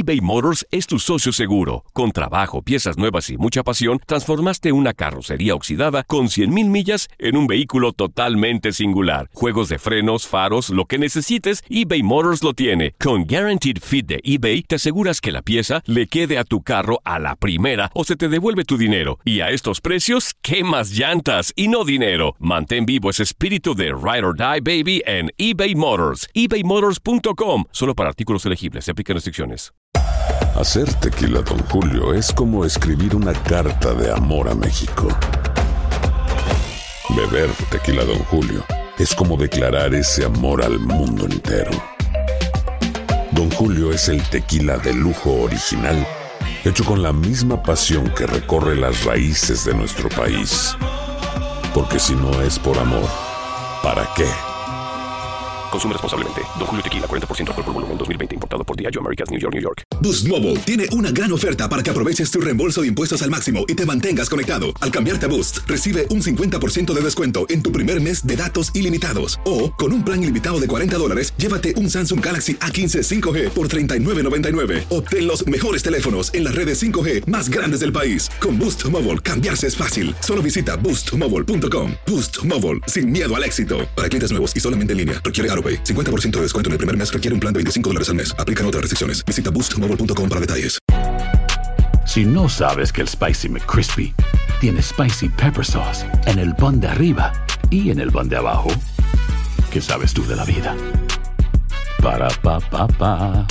eBay Motors es tu socio seguro. Con trabajo, piezas nuevas y mucha pasión, transformaste una carrocería oxidada con 100,000 millas en un vehículo totalmente singular. Juegos de frenos, faros, lo que necesites, eBay Motors lo tiene. Con Guaranteed Fit de eBay, te aseguras que la pieza le quede a tu carro a la primera o se te devuelve tu dinero. Y a estos precios, ¿qué más llantas y no dinero? Mantén vivo ese espíritu de Ride or Die, baby, en eBay Motors. ebaymotors.com. Solo para artículos elegibles. Se aplican restricciones. Hacer tequila Don Julio es como escribir una carta de amor a México. Beber tequila Don Julio es como declarar ese amor al mundo entero. Don Julio es el tequila de lujo original, hecho con la misma pasión que recorre las raíces de nuestro país. Porque si no es por amor, ¿para qué? Consume responsablemente. Don Julio Tequila, 40% alcohol por volumen, 2020. Importado por Diageo Americas, New York, New York. Boost Mobile tiene una gran oferta para que aproveches tu reembolso de impuestos al máximo y te mantengas conectado. Al cambiarte a Boost, recibe un 50% de descuento en tu primer mes de datos ilimitados. O, con un plan ilimitado de $40, llévate un Samsung Galaxy A15 5G por $39.99. Obtén los mejores teléfonos en las redes 5G más grandes del país. Con Boost Mobile, cambiarse es fácil. Solo visita boostmobile.com. Boost Mobile, sin miedo al éxito. Para clientes nuevos y solamente en línea, requiere AroPay. 50% de descuento en el primer mes requiere un plan de $25 al mes. Aplican otras restricciones. Visita boostmobile.com para detalles. Si no sabes que el Spicy McCrispy tiene Spicy Pepper Sauce en el pan de arriba y en el pan de abajo, ¿qué sabes tú de la vida? Para, pa, pa, pa.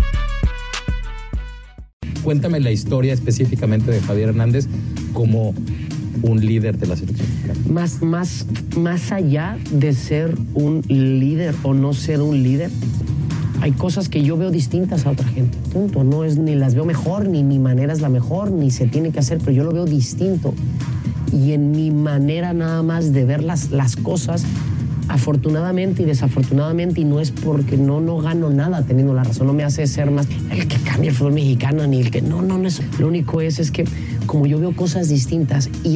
Cuéntame la historia específicamente de Javier Hernández como un líder de la selección mexicana. Más allá de ser un líder o no ser un líder, hay cosas que yo veo distintas a otra gente. Punto. No es ni las veo mejor, ni mi manera es la mejor, ni se tiene que hacer, pero yo lo veo distinto. Y en mi manera nada más de ver las cosas, afortunadamente y desafortunadamente, y no es porque no gano nada teniendo la razón, no me hace ser más el que cambia el fútbol mexicano, ni el que no es. Lo único es que como yo veo cosas distintas y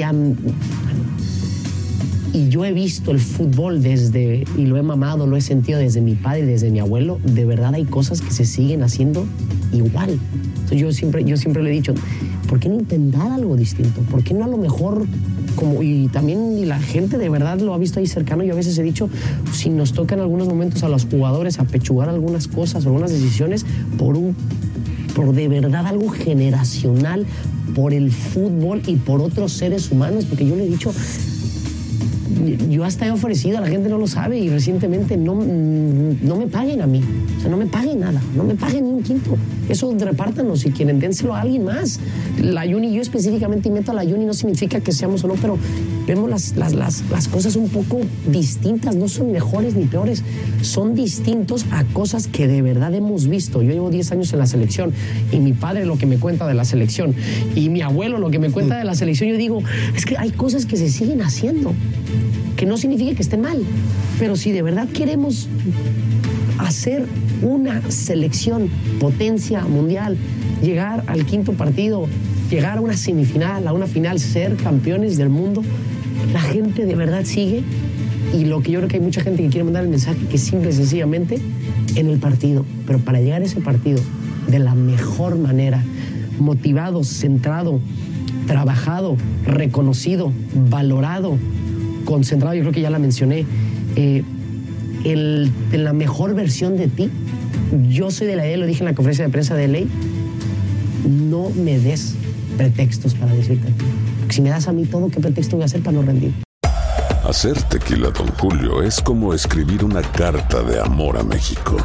yo he visto el fútbol y lo he mamado, lo he sentido desde mi padre y desde mi abuelo, de verdad hay cosas que se siguen haciendo igual. Entonces yo siempre le he dicho, ¿por qué no intentar algo distinto? ¿Por qué no a lo mejor y también la gente de verdad lo ha visto ahí cercano? Yo a veces he dicho, si nos toca en algunos momentos a los jugadores apechugar algunas cosas o algunas decisiones por de verdad algo generacional, por el fútbol y por otros seres humanos, porque yo le he dicho, yo hasta he ofrecido, la gente no lo sabe, y recientemente no me paguen a mí, o sea, no me paguen nada, no me paguen ni un quinto, eso repártanos, si quieren dénselo a alguien más. La Juni, yo específicamente meto a la Juni, no significa que seamos o no, pero vemos las cosas un poco distintas, no son mejores ni peores, son distintos a cosas que de verdad hemos visto. Yo llevo 10 años en la selección y mi padre lo que me cuenta de la selección y mi abuelo lo que me cuenta de la selección, yo digo, es que hay cosas que se siguen haciendo, que no significa que estén mal, pero si de verdad queremos hacer una selección potencia mundial, llegar al quinto partido, llegar a una semifinal, a una final, ser campeones del mundo, la gente de verdad sigue. Y lo que yo creo que hay mucha gente que quiere mandar el mensaje, que simple y sencillamente en el partido, pero para llegar a ese partido de la mejor manera, motivado, centrado, trabajado, reconocido, valorado, concentrado, yo creo que ya la mencioné, en la mejor versión de ti. Yo soy de la idea, lo dije en la conferencia de prensa de ley, no me des pretextos para decirte. Porque si me das a mí todo, ¿qué pretexto voy a hacer para no rendir? Hacer tequila Don Julio es como escribir una carta de amor a México.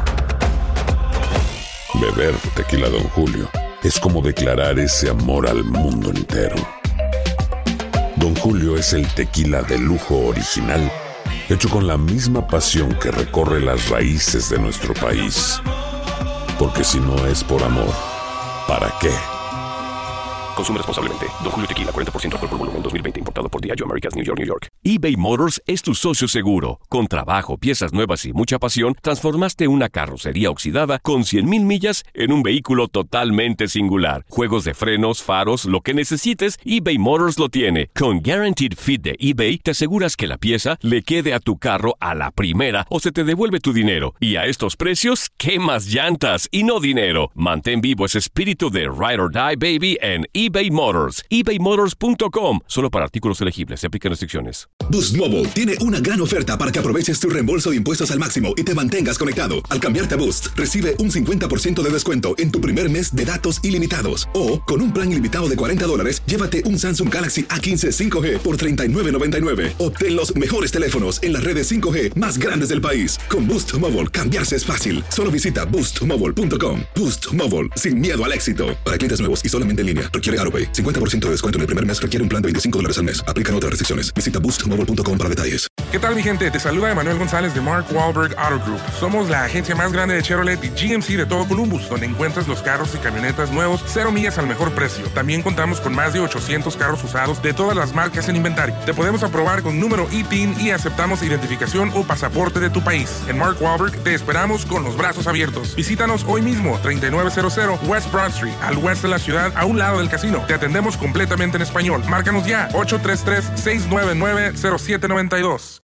Beber tequila Don Julio es como declarar ese amor al mundo entero. Don Julio es el tequila de lujo original, hecho con la misma pasión que recorre las raíces de nuestro país. Porque si no es por amor, ¿para qué? Consume responsablemente. Don Julio Tequila, 40% alcohol por volumen, 2020. Importado por Diageo Americas, New York, New York. eBay Motors es tu socio seguro. Con trabajo, piezas nuevas y mucha pasión, transformaste una carrocería oxidada con 100,000 millas en un vehículo totalmente singular. Juegos de frenos, faros, lo que necesites, eBay Motors lo tiene. Con Guaranteed Fit de eBay, te aseguras que la pieza le quede a tu carro a la primera o se te devuelve tu dinero. Y a estos precios, ¿qué más llantas y no dinero? Mantén vivo ese espíritu de Ride or Die, baby, en eBay Motors. ebaymotors.com. Solo para artículos elegibles. Se aplican restricciones. Boost Mobile tiene una gran oferta para que aproveches tu reembolso de impuestos al máximo y te mantengas conectado. Al cambiarte a Boost, recibe un 50% de descuento en tu primer mes de datos ilimitados. O, con un plan ilimitado de $40, llévate un Samsung Galaxy A15 5G por $39.99. Obtén los mejores teléfonos en las redes 5G más grandes del país. Con Boost Mobile, cambiarse es fácil. Solo visita boostmobile.com. Boost Mobile, sin miedo al éxito. Para clientes nuevos y solamente en línea, requiere AutoPay. 50% de descuento en el primer mes requiere un plan de $25 al mes. Aplican otras restricciones. Visita boostmobile.com para detalles. ¿Qué tal, mi gente? Te saluda Emanuel González de Mark Wahlberg Auto Group. Somos la agencia más grande de Chevrolet y GMC de todo Columbus, donde encuentras los carros y camionetas nuevos, 0 millas al mejor precio. También contamos con más de 800 carros usados de todas las marcas en inventario. Te podemos aprobar con número ITIN y aceptamos identificación o pasaporte de tu país. En Mark Wahlberg te esperamos con los brazos abiertos. Visítanos hoy mismo, 3900 West Broad Street, al oeste de la ciudad, a un lado del casino. Te atendemos completamente en español. Márcanos ya, 833-699-0792.